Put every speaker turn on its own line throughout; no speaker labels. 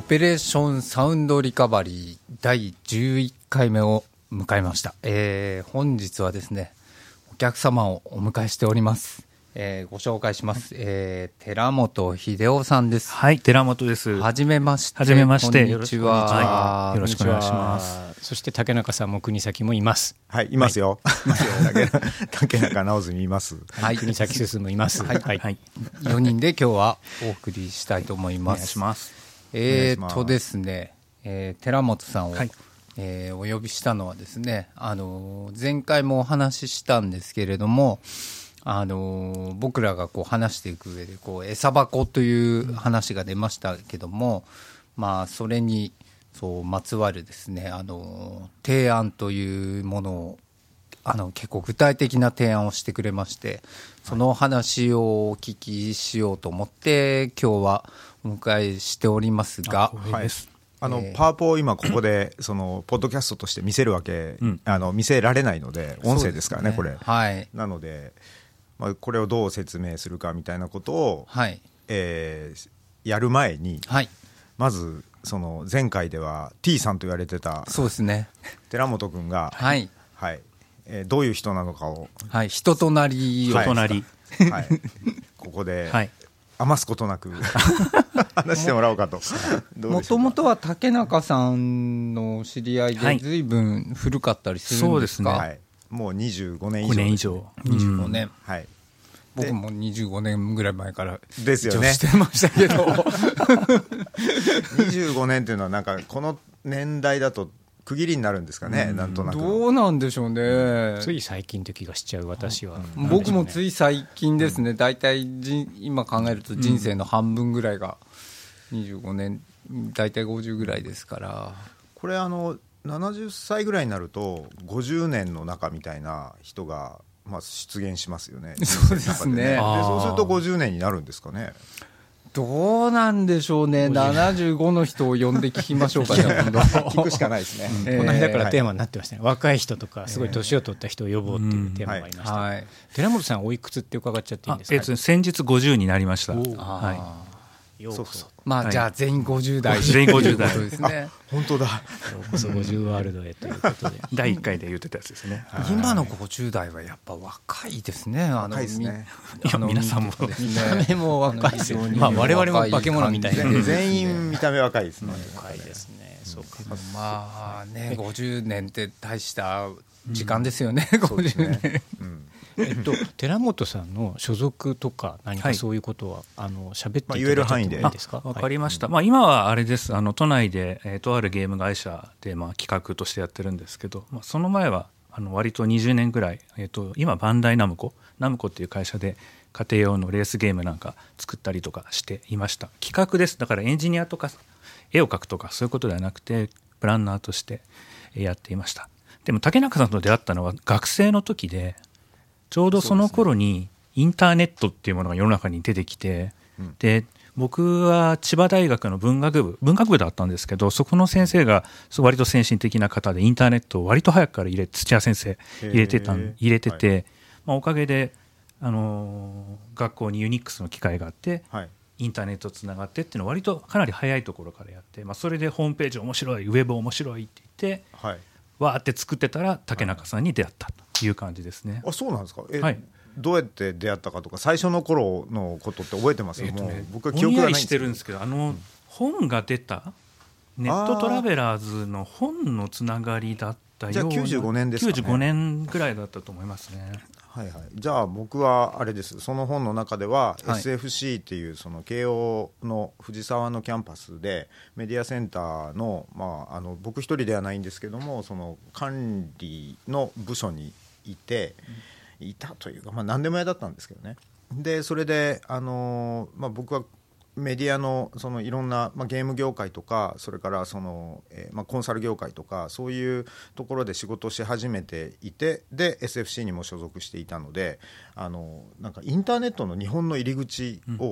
ペレーションサウンドリカバリー第11回目を迎えました。本日はですね、お客様をお迎えしております。ご紹介します。寺本秀夫さんです。
はい、寺本です。
はじめまして。
はじめまして。
こんにちは。
よろしくお願いします。
そして竹中さんも国崎もいます。
はい、いますよ。竹中直澄います。
はい、国崎進もいます。
はい、はい、4人で今日はお送りしたいと思います。
お願いします。
ですね、寺本さんを、
はい、
お呼びしたのはですね、前回もお話ししたんですけれども、僕らがこう話していく上でこう餌箱という話が出ましたけども、まあ、それにそうまつわるですね、提案というものを結構具体的な提案をしてくれまして、その話をお聞きしようと思って今日はお迎えしておりますが、
はい、パワポを今ここでそのポッドキャストとして見せるわけ、見せられないので音声ですからね、これ、
はい、
なので、これをどう説明するかみたいなことを、はい、やる前に、はい、まずその前回では T さんと言われてた
そうですね、
寺本君が、
はい
はい、どういう人なのかを、
はい、人となりを、
はい、ここで、はい、余すことなく話してもらおうかと。
もともとは竹中さんの知り合いで随分古かったりするんですか？
そうですね、はい、もう25年以上、
5年以上、
25年、
はい、
僕も25年ぐらい前から
ですよね
してましたけど
25年っていうのはなんかこの年代だと区切りになるんですかね、なんとなく。
どうなんでしょうね、
つい最近って気がしちゃう私は、
僕もつい最近ですね、大体今考えると人生の半分ぐらいが25年、大体50ぐらいですから。
これ70歳ぐらいになると50年の中みたいな人が出現しますよね。
そうですね。
でそうすると50年になるんですかね。
どうなんでしょうね。75の人を呼んで聞きましょうかね。
聞くしかないですね。
この間からテーマになってましたね、若い人とかすごい年を取った人を呼ぼうっていうテーマがありました、寺本さんおいくつって伺っちゃっていいんですか？
先日50になりました。
はい、
そうそう、
まあ、じゃあ全員50代
全員50代
ですね。
本当だ。
ようこそ50ワールドへということで
第1回で言ってたやつですね。
今の50代はやっぱ若いですね。
若いですね。
皆さんも
見た目も若いですよね。我々も化け物みたいな、
全員見た目若いですね。
若いですね。そうか。
まあね、50年って大した時間ですよね。50年。
寺本さんの所属とか何かそういうことは喋っていただいてもいいですか？
わかりました。今はあれです、都内でとあるゲーム会社で企画としてやってるんですけど、その前は割と20年ぐらい、今バンダイナムコっていう会社で家庭用のレースゲームなんか作ったりとかしていました。企画です。だからエンジニアとか絵を描くとかそういうことではなくてプランナーとしてやっていました。でも竹中さんと出会ったのは学生の時で、ちょうどその頃にインターネットっていうものが世の中に出てきて、で僕は千葉大学の文学部だったんですけど、そこの先生が割と先進的な方でインターネットを割と早くから土屋先生入れてて、はい、おかげで学校にユニックスの機会があって、はい、インターネットつながってっていうのを割とかなり早いところからやって、それでホームページ面白い、ウェブ面白いって言って、はい、わーって作ってたら竹中さんに出会ったという感じですね。
あ、そうなんですか。はい、どうやって出会ったかとか最初の頃のことって覚えてます？もう僕は記憶がないんですけど。ぼんやりしてるんですけど、
本が出たネットトラベラーズの本のつながりだったような。
じゃあ95年ですかね。
95年ぐらいだったと思いますね。
はいはい、じゃあ僕はあれです、その本の中では SFC っていうその慶応の藤沢のキャンパスでメディアセンターの、僕一人ではないんですけども、その管理の部署にいたというか、何でも屋だったんですけどね。でそれで僕はメディアのそのいろんな、ゲーム業界とか、それからその、コンサル業界とか、そういうところで仕事をし始めていて、で SFC にも所属していたので、なんかインターネットの日本の入り口を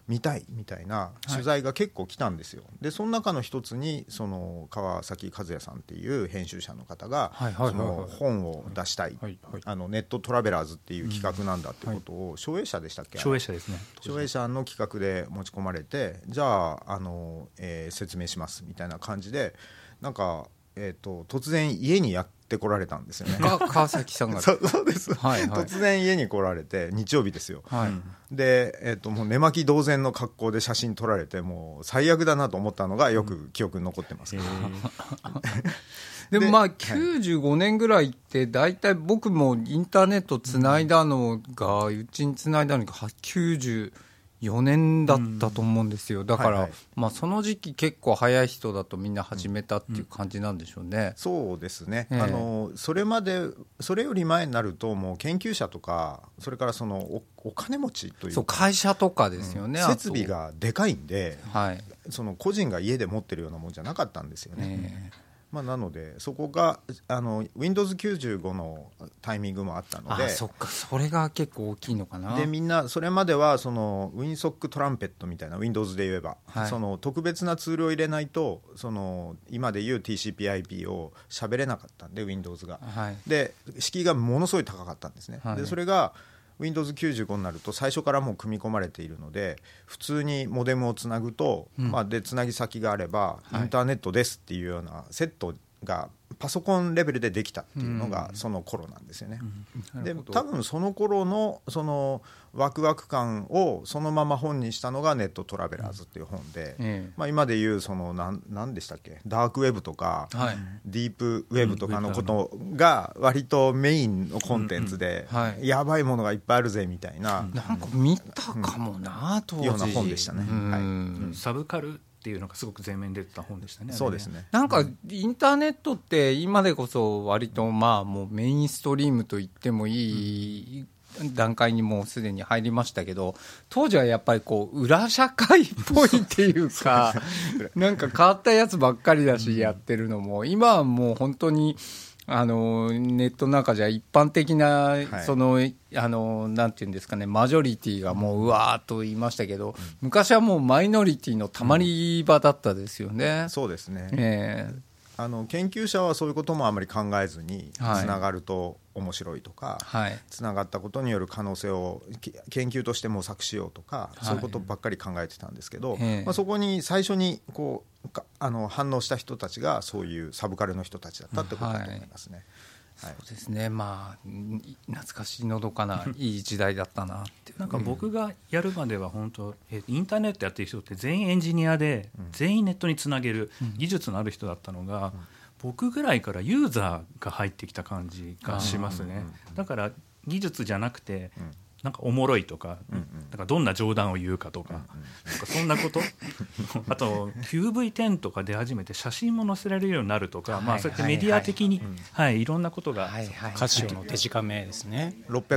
見たいみたいな取材が結構来たんですよ。でその中の一つにその川崎和也さんっていう編集者の方がその本を出したい、ネットトラベラーズっていう企画なんだってことを商栄社でしたっけ？
商栄社ですね。
商栄社の企画で持ち込まれて、じゃあ、説明しますみたいな感じでなんか、突然家にやって来られたんですよね。
川崎さんが
そうです、突然家に来られて、日曜日ですよ、で、もう寝巻き同然の格好で写真撮られて、もう最悪だなと思ったのがよく記憶に残ってます、
でもまあ95年ぐらいって大体僕もインターネットつないだのが、うちにつないだのが94年だったと思うんですよ。だから、まあ、その時期結構早い人だとみんな始めたっていう感じなんでしょうね。
そうですね、それより前になるともう研究者とかそれからその お金持ちというか、
そう会社とかですよね、
設備がでかいんで、その個人が家で持ってるようなもんじゃなかったんですよね。まあ、なのでそこがWindows95 のタイミングもあったので、
そっか、それが結構大きいのかな。
でみんなそれまではその WinSock トランペットみたいな Windows で言えば、その特別なツールを入れないとその今でいう TCP/IP を喋れなかったんで Windows が、で敷居がものすごい高かったんですね。でそれがWindows95 になると最初からもう組み込まれているので、普通にモデムをつなぐと、でつなぎ先があればインターネットですっていうようなセットがパソコンレベルでできたっていうのがその頃なんですよね。で多分その頃のそのワクワク感をそのまま本にしたのがネットトラベラーズっていう本で、まあ、今でいうその何でしたっけ、ダークウェブとか、ディープウェブとかのことが割とメインのコンテンツで、やばいものがいっぱいあるぜみたいな、
なんか見たかもな、当時
ような本でしたね。
サブカルっていうのがすごく前面に出てた本でしたね。
そうですね。
なんかインターネットって今でこそ割とまあもうメインストリームと言ってもいい段階にもうすでに入りましたけど、当時はやっぱりこう裏社会っぽいっていうかなんか変わったやつばっかりだし、やってるのも今はもう本当にネットの中じゃ一般的なその、なんていうんですかね、マジョリティがもううわーっと言いましたけど、昔はもうマイノリティのたまり場だったですよね。
そうですね、研究者はそういうこともあまり考えずにつながると面白いとか、つながったことによる可能性を研究として模索しようとか、そういうことばっかり考えてたんですけど、そこに最初にこう反応した人たちがそういうサブカルの人たちだったってことだと思いますね。
そうですね、まあ懐かしのどかないい時代だったなって
なんか僕がやるまでは本当、インターネットやってる人って全員エンジニアで、全員ネットにつなげる技術のある人だったのが、僕ぐらいからユーザーが入ってきた感じがしますね。だから技術じゃなくてなんかおもろいとか、なんかどんな冗談を言うかとか、なんかそんなことあと QV10 とか出始めて写真も載せられるようになるとか、まあそうやってメディア的にいろんなことが、
カシオのデジカメですね、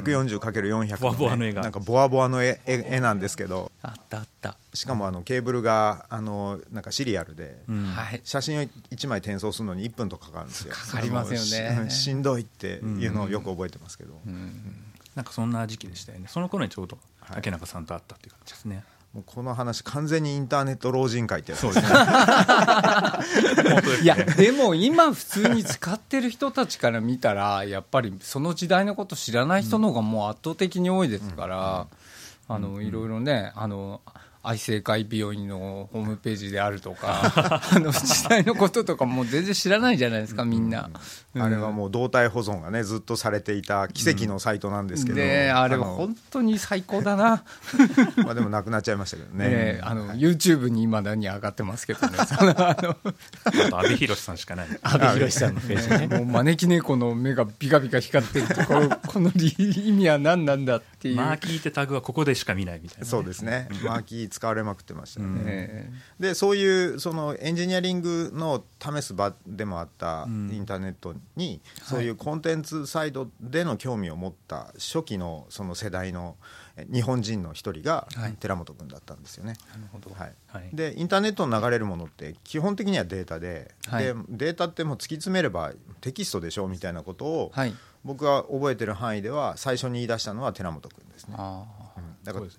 640×400
ボワボワの絵が
なんかボワボワの絵なんですけど、
あったあった。
しかもケーブルがなんかシリアルで、写真を1枚転送するのに1分とかかるんですよ。
かかりますよね。
しんどいっていうのをよく覚えてますけど、
なんかそんな時期でしたよね。その頃にちょうど竹中さんと会ったっていう感じですね。
もうこの話完全にインターネット老人会ってやつですね。
いやでも今普通に使ってる人たちから見たらやっぱりその時代のこと知らない人の方がもう圧倒的に多いですから、いろいろね、愛生会病院のホームページであるとか時代のこととかもう全然知らないじゃないですか、みんな。
あれはもう動態保存がねずっとされていた奇跡のサイトなんですけど、
あれは本当に最高だな。
まあでもなくなっちゃいましたけどね。
YouTube に今だに上がってますけどね。
あと阿部寛さんしかない。
阿部寛さんのページね。
もう招き猫の目がビカビカ光ってるところ、この意味は何なんだっていう。
マーキーってタグはここでしか見ないみたいな、
そうですね。マーキー使われまくってましたよね。でそういうそのエンジニアリングの試す場でもあったインターネットに、そういうコンテンツサイドでの興味を持った初期のその世代の日本人の一人が寺本君だったんですよね。
なるほど。
でインターネットに流れるものって基本的にはデータで、データってもう突き詰めればテキストでしょみたいなことを、僕が覚えてる範囲では最初に言い出したのは寺本君ですね。
だから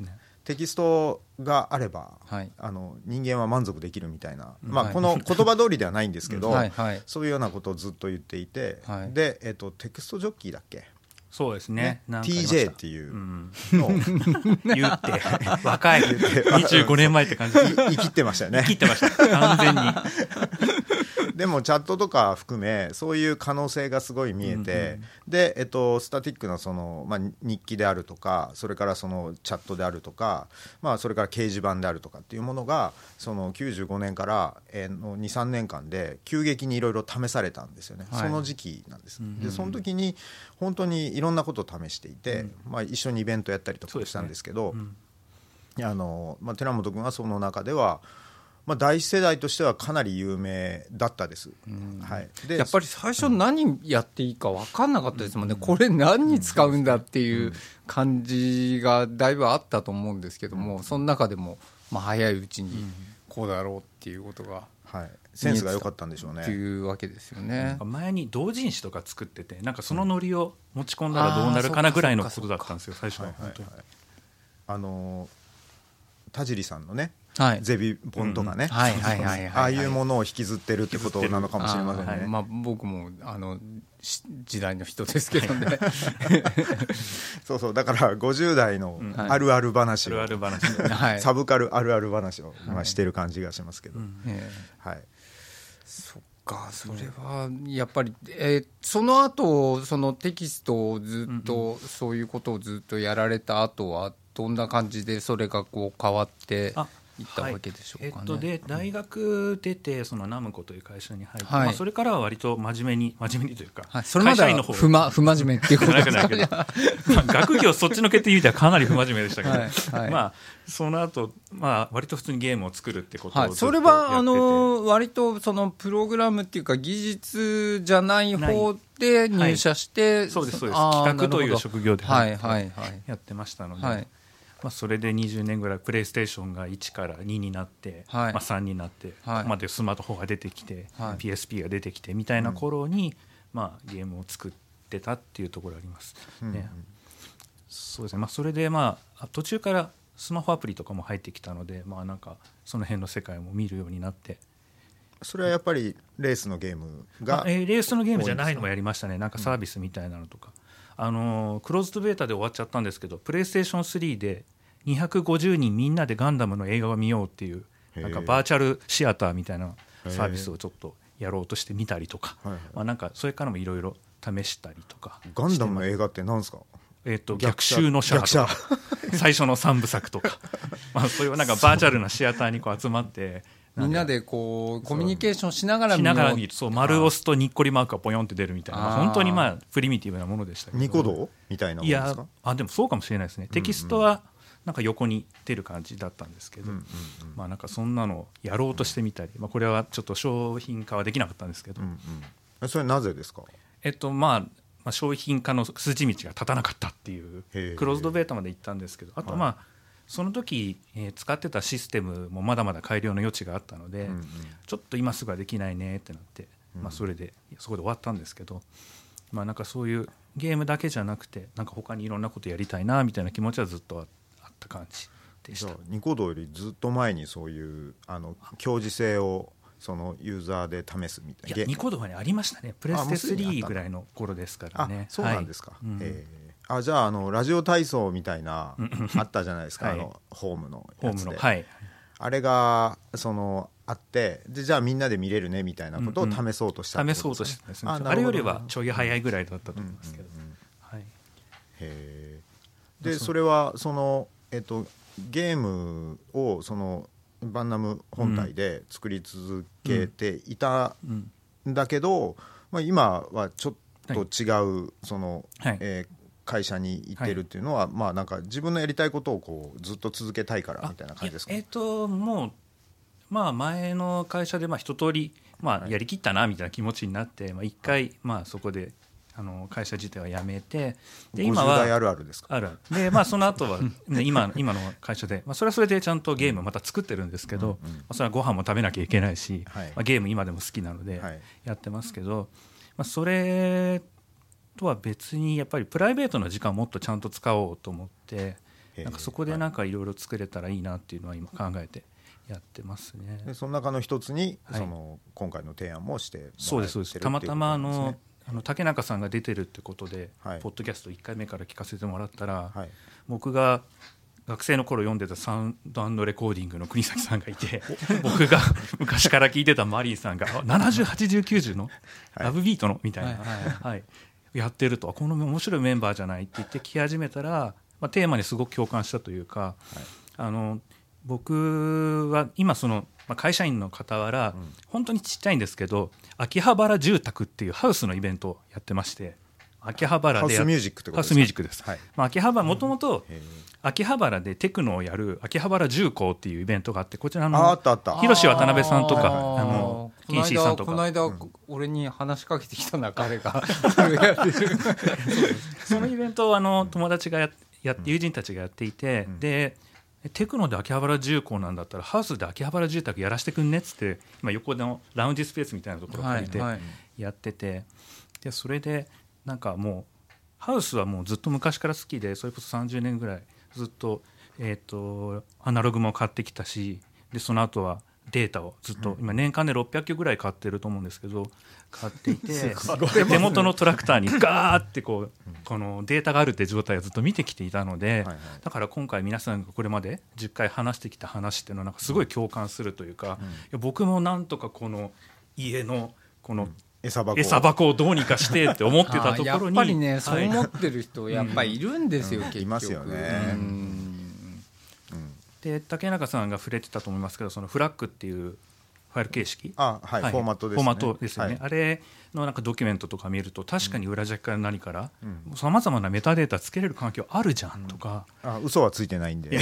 テキストがあれば、はい、人間は満足できるみたいな、まあ、この言葉通りではないんですけど、はいはい、そういうようなことをずっと言っていて、はい、で、テクストジョッキーだっけ、
そうですね、
TJ っていうのを
言って若い25年前って感じ
生きってましたよね。
生きってました完全に
でもチャットとか含めそういう可能性がすごい見えて、で、スタティックなその、まあ、日記であるとか、それからそのチャットであるとか、まあ、それから掲示板であるとかっていうものがその95年からの 2,3 年間で急激にいろいろ試されたんですよね、はい、その時期なんです。でその時に本当にいろんなことを試していて、まあ、一緒にイベントやったりとかしたんですけど、まあ、寺本君はその中ではまあ、第一世代としてはかなり有名だったです、
はい、でやっぱり最初何やっていいか分かんなかったですもんね、これ何に使うんだっていう感じがだいぶあったと思うんですけども、その中でもまあ早いうちにこうだろうっていうことが、
はい、センスが良かったんでしょうね
っていうわけですよね。
前に同人誌とか作ってて、なんかそのノリを持ち込んだらどうなるかなぐらいのことだったんですよ最初は。
田尻さんのね、
はい、
ゼビポンとかね、ああいうものを引きずってるってことなのかもしれませんね。
まあ、僕も時代の人ですけどね
そうそう、だから50代のあるある話を、サブカルあるある話を、まあ、してる感じがしますけど、はい、
そっか、それはやっぱり、その後そのテキストをずっと、そういうことをずっとやられた後はどんな感じでそれがこう変わっていったわけでしょうかね。
で大学出てそのナムコという会社に入って、まあ、それからは割と真面目にというか、
それまでは不真面目っていうことですかね
まあ、学業そっちのけっていう意味ではかなり不真面目でしたけど、まあ、その後、まあ割と普通にゲームを作るってことをずっとやってて、
それは割とそのプログラムっていうか技術じゃない方で入社して、
そうです企画という職業でやってましたので、まあ、それで20年ぐらいプレイステーションが1から2になって、まあ、3になって、ここまでスマートフォンが出てきて、PSP が出てきてみたいな頃に、まあ、ゲームを作ってたっていうところがあります、そうですね、まあ、それで、まあ、途中からスマホアプリとかも入ってきたので、まあ、なんかその辺の世界も見るようになって。
それはやっぱりレースのゲームが、
レースのゲームじゃないのもやりましたね。なんかサービスみたいなのとか、クローズドベータで終わっちゃったんですけど、プレイステーション3で250人みんなでガンダムの映画を見ようっていう、なんかバーチャルシアターみたいなサービスをちょっとやろうとしてみたりとか、まあ、なんかそれからもいろいろ試したりとか。
ガンダムの映画って何ですか？
逆襲のシャアとか最初の3部作とかまあそういうなんかバーチャルなシアターにこう集まって
みんなでこうコミュニケーションしながら見る、
そう丸押すとにっこりマークがポヨンって出るみたいな、まあ、本当にまあプリミティブなものでしたけど、
ニコ動みたいなものですか？
いや、でもそうかもしれないですね。テキストはなんか横に出る感じだったんですけど、まあなんかそんなのをやろうとしてみたり、まあ、これはちょっと商品化はできなかったんですけど、
それなぜですか？
まあ商品化の筋道が立たなかったっていうクローズドベータまで行ったんですけど、あとまあその時、使ってたシステムもまだまだ改良の余地があったので、ちょっと今すぐはできないねってなって、まあ、そこで終わったんですけど、まあ、なんかそういうゲームだけじゃなくてなんか他にいろんなことやりたいなみたいな気持ちはずっとあった感じでした。
ニコ動よりずっと前にそういう表示性をそのユーザーで試すみたいな。
いやニコ動は、ね、ありましたね。プレステ3ぐらいの頃ですからね。
そうなんですか、じゃあラジオ体操みたいなあったじゃないですか、ホームのやつで、あれがあってでじゃあみんなで見れるねみたいなことを試そうとしたってことですね。
試そうとしたんですね。あれよりはちょい早いぐらいだったと思いますけど、
でそれはゲームをバンナム本体で作り続けていたんだけど、まあ、今はちょっと違う会社に行ってるっていうのは、まあなんか自分のやりたいことをこうずっと続けたいからみたいな感じですか？
もうまあ前の会社で一通りまあやりきったなみたいな気持ちになって、一回まあそこで会社自体は辞めて、で今は
50代あるあるですか？
あるで、まあその後は今の会社で、それはそれでちゃんとゲームをまた作ってるんですけど、それはご飯も食べなきゃいけないし、ゲーム今でも好きなのでやってますけど、それとは別にやっぱりプライベートの時間をもっとちゃんと使おうと思って、 なんかそこでなんかいろいろ作れたらいいなっていうのは今考えてやってますね。
でその中の一つに、今回の提案もしてもらってる
そうですそうです。たまたま竹中さんが出てるってことで、ポッドキャスト1回目から聞かせてもらったら、僕が学生の頃読んでたサウンド&レコーディングの国崎さんがいて僕が昔から聞いてたマリーさんが70、80、90のラブビートのみたいな、やってると、この面白いメンバーじゃないって言って聞き始めたら、テーマにすごく共感したというか、僕は今会社員の傍ら、本当にちっちゃいんですけど秋葉原住宅っていうハウスのイベントをやってまして、秋葉原で
ハウスミュージックってことですか？
ハウスミュージックです、秋葉原もともと秋葉原でテクノをやる秋葉原重工っていうイベントがあって、こちらの広志渡辺さんとか金シーさんとか、
この間俺に話しかけてきたな彼が
そのイベントを友達が友人たちがやっていて、でテクノで秋葉原重工なんだったらハウスで秋葉原住宅やらせてくんねっつって、横のラウンジスペースみたいなところを借りてやってて、でそれでなんかもうハウスはもうずっと昔から好きで、それこそ30年ぐらいずっと、アナログも買ってきたし、でその後はデータをずっと、今年間で600機ぐらい買ってると思うんですけど買っていて手元のトラクターにガーってこのデータがあるって状態をずっと見てきていたので、だから今回皆さんがこれまで10回話してきた話っていうのはなんかすごい共感するというか、いや僕もなんとかこの家のこの餌箱をどうにかしてって思ってたところに
やっぱりね、そう思ってる人やっぱりいるんですよ、結局
いますよね。
で竹中さんが触れてたと思いますけど、そのフラッグっていうファイル形式、
フォーマットですね。
フォーマットですよね、あれのなんかドキュメントとか見ると確かに裏ジャックから何からさまざまなメタデータつけれる環境あるじゃんとか、
嘘はついてないんで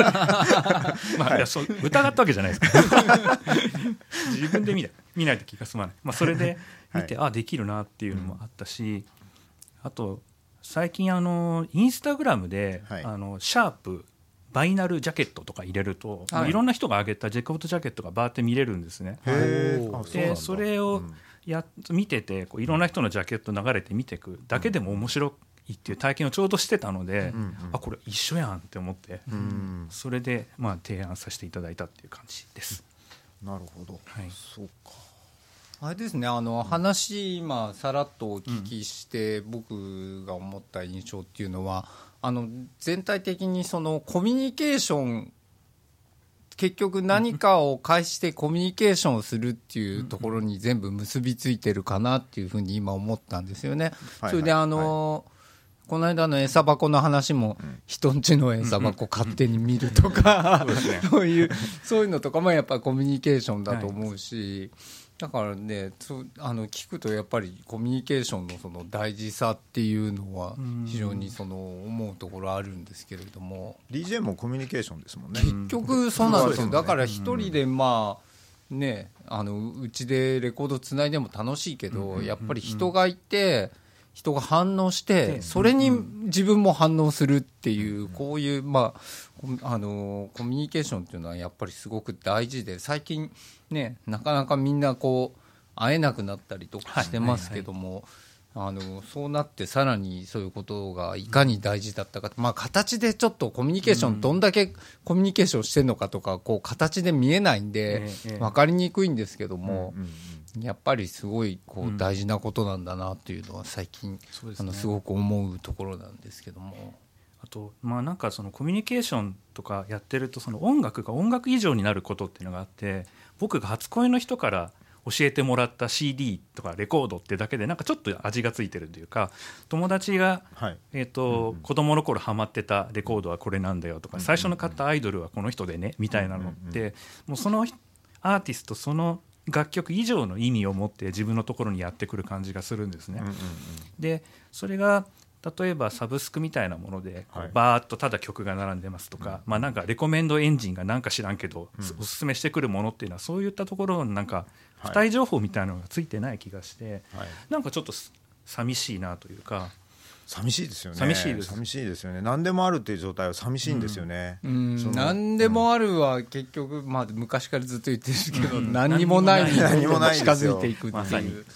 疑ったわけじゃないですか自分で見ないと気が済まない、それで見て、できるなっていうのもあったし、あと最近インスタグラムで、シャープバイナルジャケットとか入れると、いろんな人が上げたジェコートジャケットがバーって見れるんですね。でそれを見てていろんな人のジャケット流れて見ていくだけでも面白いっていう体験をちょうどしてたので、これ一緒やんって思って、それで提案させていただいたっていう感じです。
なるほど、そうか。
あれですね、話今さらっとお聞きして、僕が思った印象っていうのは、全体的にそのコミュニケーション、結局何かを介してコミュニケーションをするっていうところに全部結びついてるかなっていうふうに今思ったんですよね。それでこの間の餌箱の話も、人んちの餌箱勝手に見るとか、そういうのとかもやっぱりコミュニケーションだと思うし、だからね、聞くとやっぱりコミュニケーションのその大事さっていうのは非常に思うところあるんですけれども、
DJ もコミュニケーションですもんね。
結局そうなんですよ。だから一人でね、うちでレコードつないでも楽しいけど、やっぱり人がいて人が反応してそれに自分も反応するっていう、こういうコミュニケーションっていうのはやっぱりすごく大事で、最近ね、なかなかみんな会えなくなったりとかしてますけども、そうなってさらにそういうことがいかに大事だったか、形でちょっとコミュニケーション、どんだけコミュニケーションしてるのかとか形で見えないんで分かりにくいんですけども、やっぱりすごい大事なことなんだなというのは最近すごく思うところなんですけども。
あとなんかそのコミュニケーションとかやってると、その音楽が音楽以上になることっていうのがあって、僕が初恋の人から教えてもらった CD とかレコードってだけでなんかちょっと味がついてるというか、友達が、子供の頃ハマってたレコードはこれなんだよとか、最初の買ったアイドルはこの人でねみたいなのって、もうそのアーティストその楽曲以上の意味を持って自分のところにやってくる感じがするんですね。でそれが例えばサブスクみたいなものでバーッとただ曲が並んでますとか、なんかレコメンドエンジンがなんか知らんけどおすすめしてくるものっていうのは、そういったところのなんか付帯情報みたいなのがついてない気がして、なんかちょっと寂しいなというか。
寂しいですよね。
寂しいです
よね。何でもあるっていう状態は寂しいんですよね。
何でもあるは結局、昔からずっと言ってるけど、何にもないに近づいていくっていう。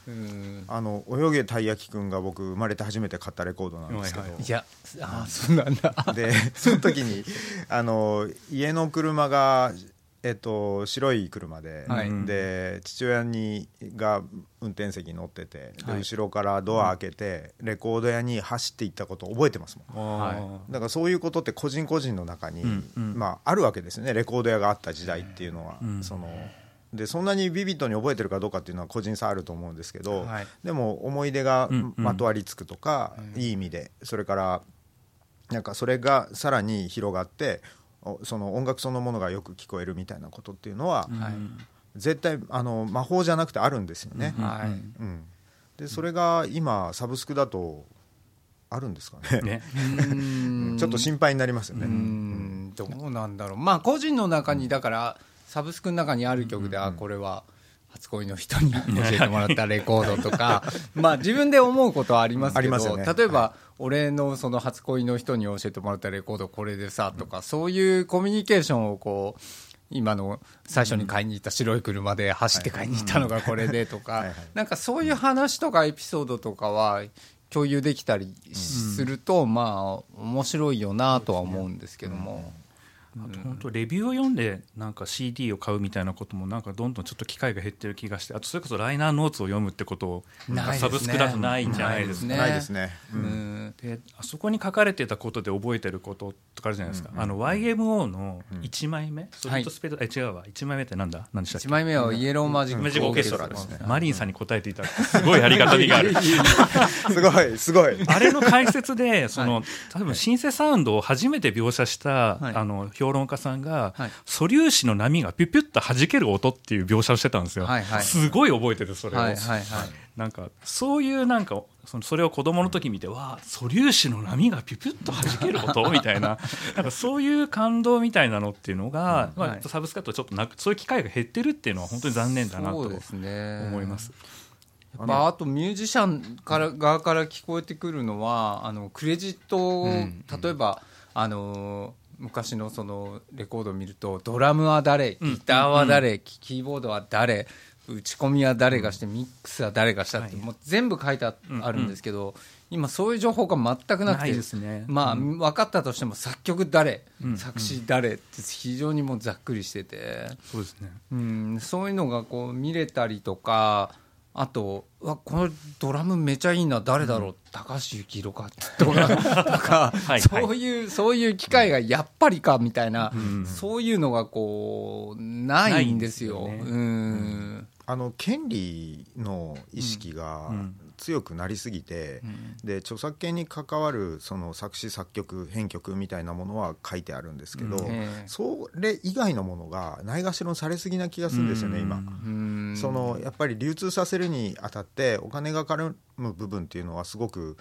泳げたい焼きくんが僕生まれて初めて買ったレコードなんですけど、
いやそうなんだ。
でその時に家の車が白い車で、で父親が運転席に乗ってて、で後ろからドア開けてレコード屋に走っていったことを覚えてますもん。だからそういうことって個人個人の中に、あるわけですよね。レコード屋があった時代っていうのは、でそんなにビビッドに覚えてるかどうかっていうのは個人差あると思うんですけど、でも思い出がまとわりつくとか、いい意味で、それからなんかそれがさらに広がってその音楽そのものがよく聞こえるみたいなことっていうのは、絶対魔法じゃなくてあるんですよね。でそれが今サブスクだとあるんですかね。ちょっと心配になりますよね。
どうなんだろう。個人の中にだからサブスクの中にある曲で、これは初恋の人に教えてもらったレコードとか自分で思うことはありますけど、例えば俺のその初恋の人に教えてもらったレコードこれでさとか、そういうコミュニケーションをこう今の最初に買いに行った白い車で走って買いに行ったのがこれでとか、なんかそういう話とかエピソードとかは共有できたりすると面白いよなとは思うんですけども。
あと本当レビューを読んでなんか CD を買うみたいなこともなんかどんどんちょっと機会が減ってる気がして、あとそれこそライナーノーツを読むってことをサブスクだとないんじゃないですか。
ないですね。
であそこに書かれてたことで覚えてることとかあるじゃないですか。YMO の1枚目、ソリッドスペード、違うわ、1枚目って何でしたっけ。
1枚目はイエローマジック
オーケストラですね。マリンさんに答えていただくとすごいありがたみがある。
すごい。
あれの解説で例えばシンセサウンドを初めて描写した評論家さんが、素粒子の波がピュピュッと弾ける音っていう描写をしてたんですよ。すごい覚えててそれを。なんかそういうなんかそれを子供の時見て、素粒子の波がピュピュッと弾ける音みたいな、なんかそういう感動みたいなのっていうのが、サブスクだとちょっとそういう機会が減ってるっていうのは本当に残念だなと思います。
あとミュージシャン側から聞こえてくるのはクレジットを、例えば昔のそのレコードを見るとドラムは誰、ギターは誰、キーボードは誰、打ち込みは誰がして、ミックスは誰がしたって、もう全部書いてあるんですけど、今そういう情報が全くなくて、分かったとしても作曲誰、作詞誰って非常にもうざっくりしてて、
そうですね。
そういうのがこう見れたりとか、あとこのドラムめちゃいいな、誰だろう、高橋幸宏かとかそういう機会がやっぱりかみたいな、そういうのがこうないんですよ。
権利の意識が強くなりすぎて、で著作権に関わるその作詞作曲編曲みたいなものは書いてあるんですけど、それ以外のものがないがしろにされすぎな気がするんですよね、今。やっぱり流通させるにあたってお金がかかる部分っていうのはすごく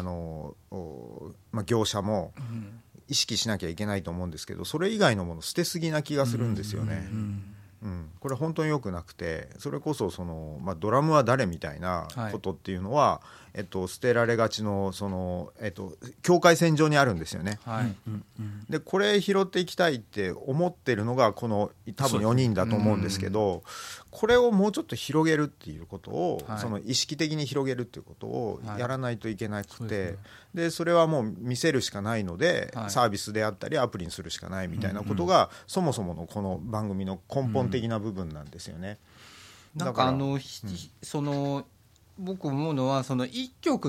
業者も意識しなきゃいけないと思うんですけど、それ以外のもの捨てすぎな気がするんですよね。これ本当に良くなくて、それこそドラムは誰みたいなことっていうのは、捨てられがちの境界線上にあるんですよね。でこれ拾っていきたいって思ってるのがこの多分4人だと思うんですけど、これをもうちょっと広げるっていうことを、意識的に広げるっていうことをやらないといけなくて、でそれはもう見せるしかないので、サービスであったりアプリにするしかないみたいなことが、そもそものこの番組の根本的な部分なんですよね。
なんか僕思うのは、一曲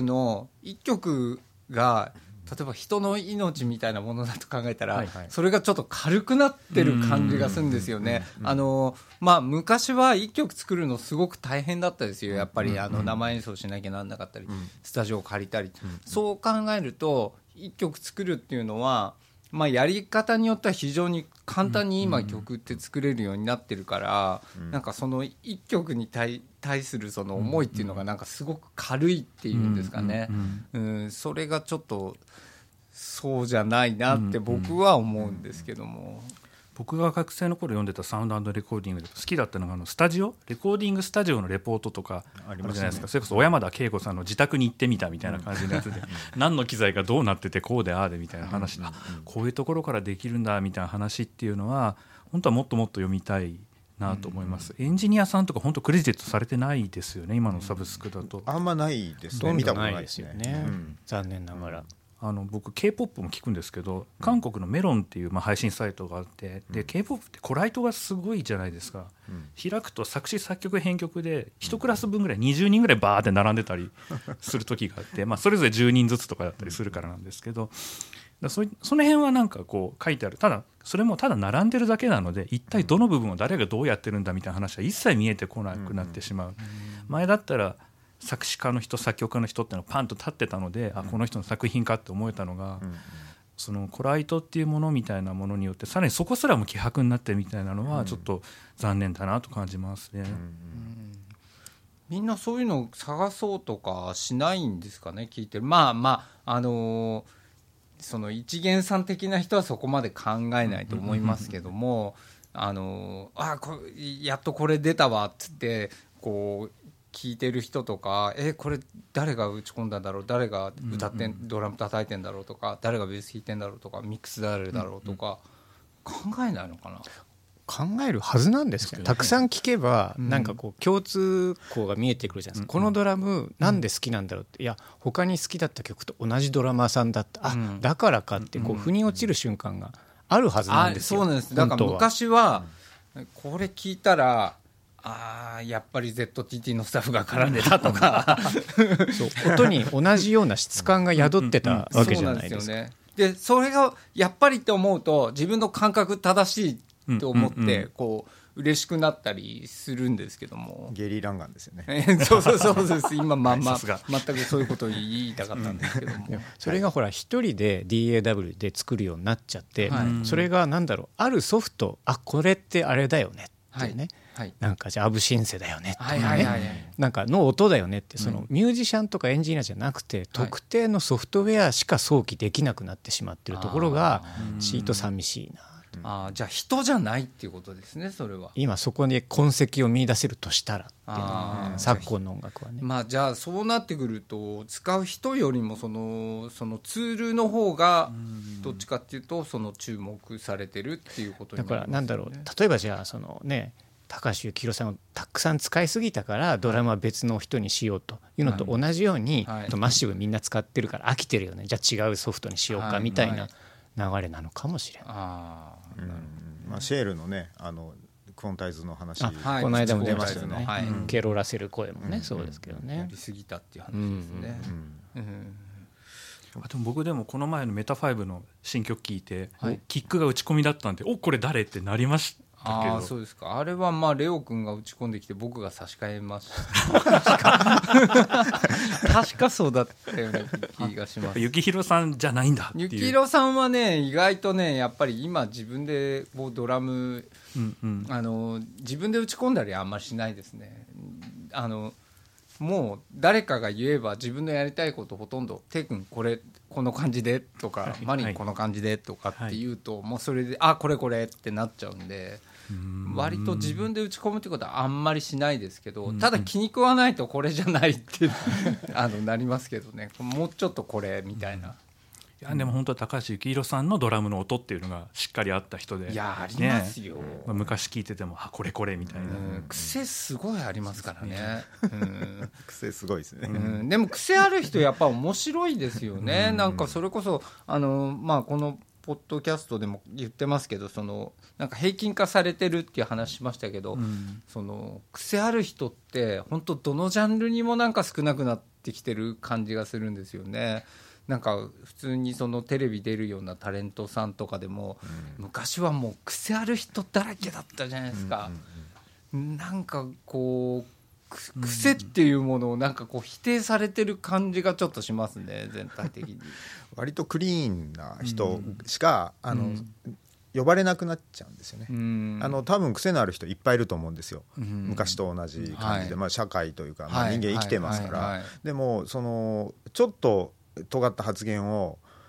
が例えば人の命みたいなものだと考えたら、それがちょっと軽くなってる感じがするんですよね。昔は一曲作るのすごく大変だったですよ。やっぱり生演奏しなきゃなんなかったり、スタジオを借りたり、そう考えると一曲作るっていうのは、やり方によっては非常に簡単に今曲って作れるようになってるから、なんかその一曲に対するその思いっていうのがなんかすごく軽いっていうんですかね。それがちょっとそうじゃないなって僕は思うんですけども、
僕が学生の頃読んでたサウンド&レコーディングで好きだったのがレコーディングスタジオのレポートとかあるじゃないですか。それこそ小山田圭吾さんの自宅に行ってみたみたいな感じのやつで、何の機材がどうなっててこうでああでみたいな話、こういうところからできるんだみたいな話っていうのは本当はもっともっと読みたいなと思います。エンジニアさんとか本当クレジットされてないですよね、今のサブスクだと。
あんまないですね。
見た
見たことと
こなでよ
ないいですすね。
ね、残念ながら。
僕 K-POP も聞くんですけど、韓国のメロンっていう配信サイトがあって、で K-POP ってコライトがすごいじゃないですか。開くと作詞作曲編曲で1クラス分ぐらい20人ぐらいバーって並んでたりする時があって、それぞれ10人ずつとかだったりするからなんですけど、その辺はなんかこう書いてある。ただそれもただ並んでるだけなので、一体どの部分を誰がどうやってるんだみたいな話は一切見えてこなくなってしまう。前だったら作詞家の人作曲家の人ってのがパンと立ってたので、この人の作品かって思えたのが、そのコライトっていうものみたいなものによってさらにそこすらも希薄になってるみたいなのはちょっと残念だなと感じますね。
みんなそういうのを探そうとかしないんですかね、聞いてる。その一元さん的な人はそこまで考えないと思いますけども、やっとこれ出たわっつってこう聞いてる人とか、これ誰が打ち込んだんだろう、誰が歌ってドラム叩いてんだろうとか、誰がベース弾いてんだろうとか、ミックス誰だろうとか、考えないのかな。
考えるはずなんですけど、たくさん聞けばなんかこう共通項が見えてくるじゃないですか。このドラムなんで好きなんだろうって、いや他に好きだった曲と同じドラマーさんだった、だからかってこう腑に落ちる瞬間があるはずなんですよ。
そうなんです。だから昔はこれ聞いたらやっぱり ZTT のスタッフが絡んでたとか
そう音に同じような質感が宿ってたわけじゃないですか。
でそれがやっぱりって思うと自分の感覚正しいと思ってこう嬉しくなったりするんですけども、
ゲリランガンですよね。
そうです今全くそういうことを言いたかったんですけども、
それがほら一人で DAW で作るようになっちゃって、それがなんだろう、あるソフト、これってあれだよねっていうね、なんかじゃあアブシンセだよねとかね、なんかの音だよねって、そのミュージシャンとかエンジニアじゃなくて特定のソフトウェアしか想起できなくなってしまってるところがちいと寂しいな。
じゃあ人じゃないっていうことですね。それは
今そこに痕跡を見出せるとしたらっていうの、昨今の音楽はね。
じゃあそうなってくると使う人よりもそのツールの方がどっちかっていうとその注目されてるっていうことになりますよね。
だからなんだろう、例えばじゃあそのね高橋幸宏さんをたくさん使いすぎたからドラムは別の人にしようというのと同じように、マッシブみんな使ってるから飽きてるよね、じゃあ違うソフトにしようかみたいな流れなのかもしれない。
シェールのねクオンタイズの話、こ
の間も出ましたよね。ケロらせる声もね、そうですけどね、
やりすぎたっていう話ですね。
僕でもこの前のメタ5の新曲聴いて、キックが打ち込みだったんでこれ誰ってなりました。
そうですか。あれはレオ君が打ち込んできて僕が差し替えました確かそうだったような気がします。
幸宏さんじゃないんだっていう。
幸宏さんはね意外とねやっぱり今自分でドラム、自分で打ち込んだりあんまりしないですね。もう誰かが言えば自分のやりたいことほとんどテイ君この感じでとか、マリンこの感じでとかって言うと、もうそれでこれってなっちゃうんで、割と自分で打ち込むってことはあんまりしないですけど、ただ気に食わないとこれじゃないってなりますけどね、もうちょっとこれみたいな。
いやでも本当高橋幸宏さんのドラムの音っていうのがしっかりあった人で、
いやありますよ、
昔聞いててもこれみたいな、
癖すごいありますからね。
癖すごいですね。
でも癖ある人やっぱ面白いですよね。なんかそれこそこのポッドキャストでも言ってますけど、なんか平均化されてるっていう話しましたけど、その癖ある人って本当どのジャンルにもなんか少なくなってきてる感じがするんですよね。なんか普通にテレビ出るようなタレントさんとかでも、昔はもう癖ある人だらけだったじゃないですか。なんかこう癖っていうものをなんかこう否定されてる感じがちょっとしますね、全体的に。
割とクリーンな人しか、呼ばれなくなっちゃうんですよね。多分癖のある人いっぱいいると思うんですよ、昔と同じ感じで、社会というか、人間生きてますから。でもちょっと尖った発言を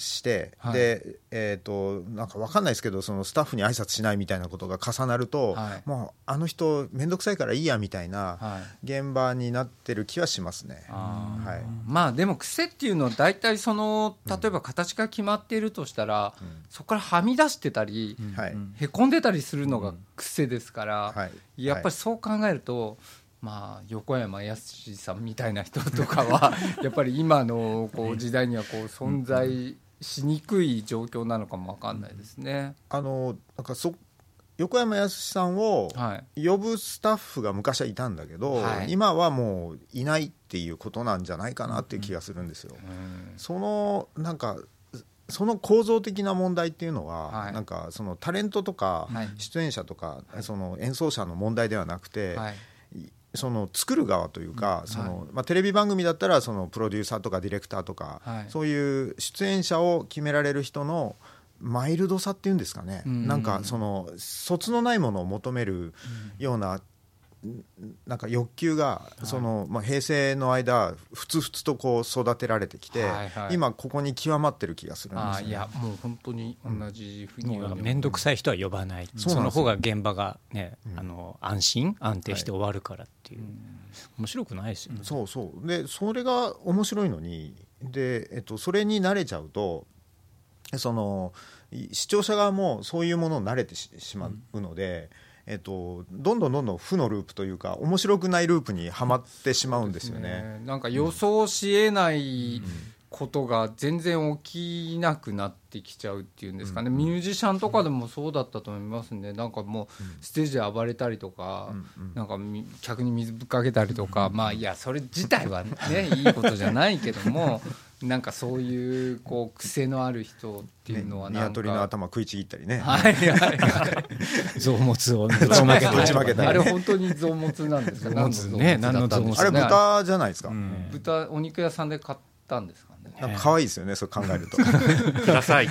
して、
はい、
でなんか分かんないですけど、そのスタッフに挨拶しないみたいなことが重なると、はい、もうあの人面倒くさいからいいやみたいな現場になってる気はしますね。はい、
まあでも癖っていうのは大体その例えば形が決まっているとしたら、そこからはみ出してたり、へこんでたりするのが癖ですから、やっぱりそう考えると、まあ、横山やすしさんみたいな人とかはやっぱり今のこう時代にはこう存在しにくい状況なのかも分かんないですね。
なんか横山やすしさんを呼ぶスタッフが昔はいたんだけど、今はもういないっていうことなんじゃないかなっていう気がするんですよ。なんかその構造的な問題っていうのは、なんかそのタレントとか出演者とか、その演奏者の問題ではなくて、その作る側というか、テレビ番組だったらそのプロデューサーとかディレクターとか、そういう出演者を決められる人のマイルドさっていうんですかね、なんかその卒のないものを求めるような、なんか欲求が平成の間ふつふつとこう育てられてきて、今ここに極まってる気がするんですよね。
いやもう本当に同じふうに
面倒くさい人は呼ばない、その方が現場がね、安定して終わるからっていう、面白くないですよね。
そうそうで、それが面白いのに、で、それに慣れちゃうと、その視聴者側もそういうものに慣れてしまうので、どんどん負のループというか面白くないループにはまってしまうんですよね。
なんか予想しえないことが全然起きなくなってきちゃうっていうんですかね、ミュージシャンとかでもそうだったと思いますね。なんかもうステージで暴れたりとか、なんか客に水ぶっかけたりとか、まあいやそれ自体はねいいことじゃないけども、なんかそういうこう癖のある人っていうのはなんか
鶏の頭食いちぎったりね、
臓物をぶちまけたり、
あれ本当に臓物なんですか？何の臓物？
あれ豚じゃないですか？
豚、お肉屋さんで買ったんですかね。
なんか可愛いですよね、そう考えると。
ください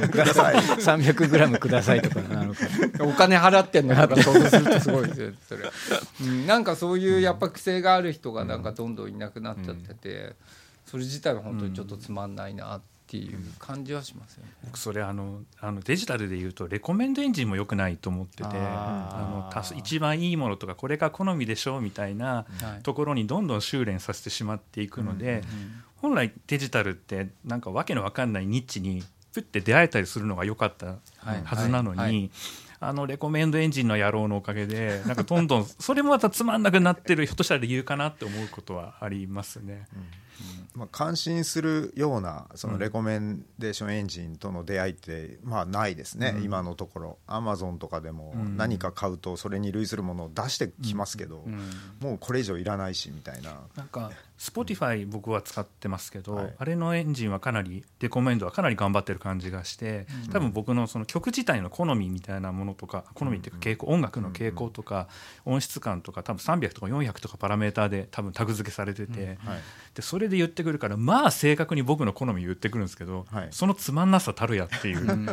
300g くださいとかなのか
お金払ってんのか想像するとすごいですよそれ、なんかそういうやっぱ癖がある人がなんかどんどんいなくなっちゃってて、それ自体は本当にちょっとつまんないなっていう感じはしますよね。
僕それデジタルでいうとレコメンドエンジンも良くないと思ってて、一番いいものとかこれが好みでしょうみたいなところにどんどん修練させてしまっていくので、本来デジタルってなんかわけのわかんないニッチにプッて出会えたりするのが良かったはずなのに、レコメンドエンジンの野郎のおかげでなんかどんどんそれもまたつまんなくなってるひょっとしたら理由かなって思うことはありますね。
感心するようなそのレコメンデーションエンジンとの出会いってないですね、今のところ。アマゾンとかでも何か買うとそれに類するものを出してきますけど、もうこれ以上いらないしみたいな。
なんかSpotify 僕は使ってますけど、あれのエンジンはかなりレコメンドはかなり頑張ってる感じがして、多分僕のその曲自体の好みみたいなものとか、好みっていうか傾向、音楽の傾向とか音質感とか多分300とか400とかパラメーターで多分タグ付けされてて、でそれで言ってくるからまあ正確に僕の好み言ってくるんですけど、そのつまんなさたるやっていう、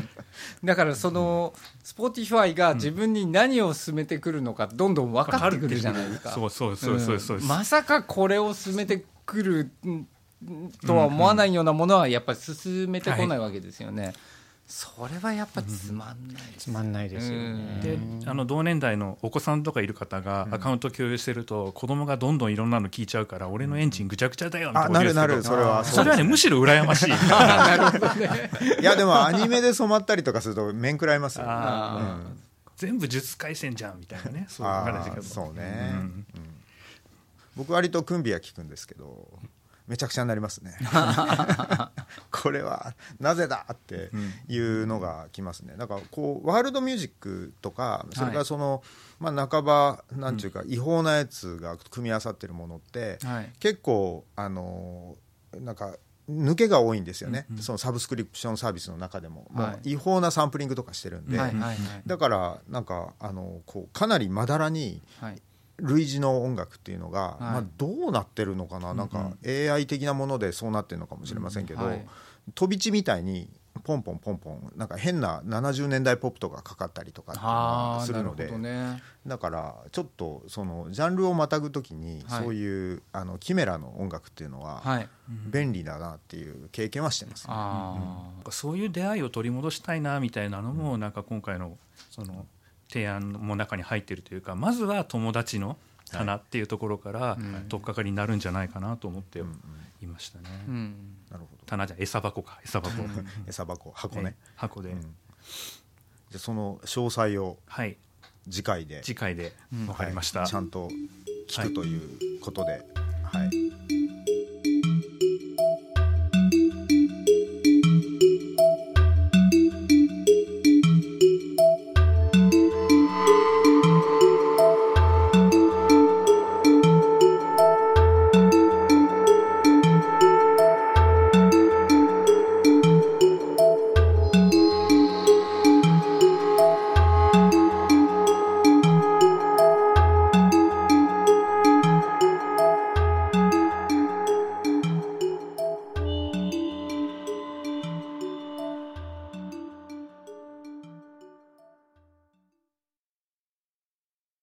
だからその Spotify が自分に何を勧めてくるのかどんどん分かってくるじゃないですか。まさかこれを勧めてくるとは思わないようなものはやっぱり勧めてこないわけですよね。それはやっぱつまんないです、
つまんないですよね。
で同年代のお子さんとかいる方がアカウント共有してると、子供がどんどんいろんなの聞いちゃうから、俺のエンジンぐちゃぐちゃだよみたいなことですけど、
なるそれは
ねむしろ羨ましい。
なるほどね。
いやでもアニメで染まったりとかすると面食らいますよ。
全部呪術廻戦じゃんみたいなね。
そうね、僕割とクンビア聞くんですけどめちゃくちゃになりますね。これはなぜだっていうのがきますね。だからこうワールドミュージックとか、それからその、半ばなんていうか違法なやつが組み合わさってるものって、結構なんか抜けが多いんですよね、そのサブスクリプションサービスの中でも、もう違法なサンプリングとかしてるんで、だからなんかこうかなりまだらに類似の音楽っていうのが、どうなってるのかな、なんか AI 的なものでそうなってるのかもしれませんけど、飛び地みたいにポンポンポンポンなんか変な70年代ポップとかかかったりとかっていうのがするので、だからちょっとそのジャンルをまたぐときにそういうキメラの音楽っていうのは便利だなっていう経験はしてますね。
そういう出会いを取り戻したいなみたいなのもなんか今回のその提案も中に入っているというか、まずは友達の棚っていうところから取っかかりになるんじゃないかなと思っていましたね。
なるほど。
棚じゃ餌箱か、餌箱
餌箱、箱ね、
箱で、
じゃあその詳細を次回で
分かりました、
ちゃんと聞くということで、はい。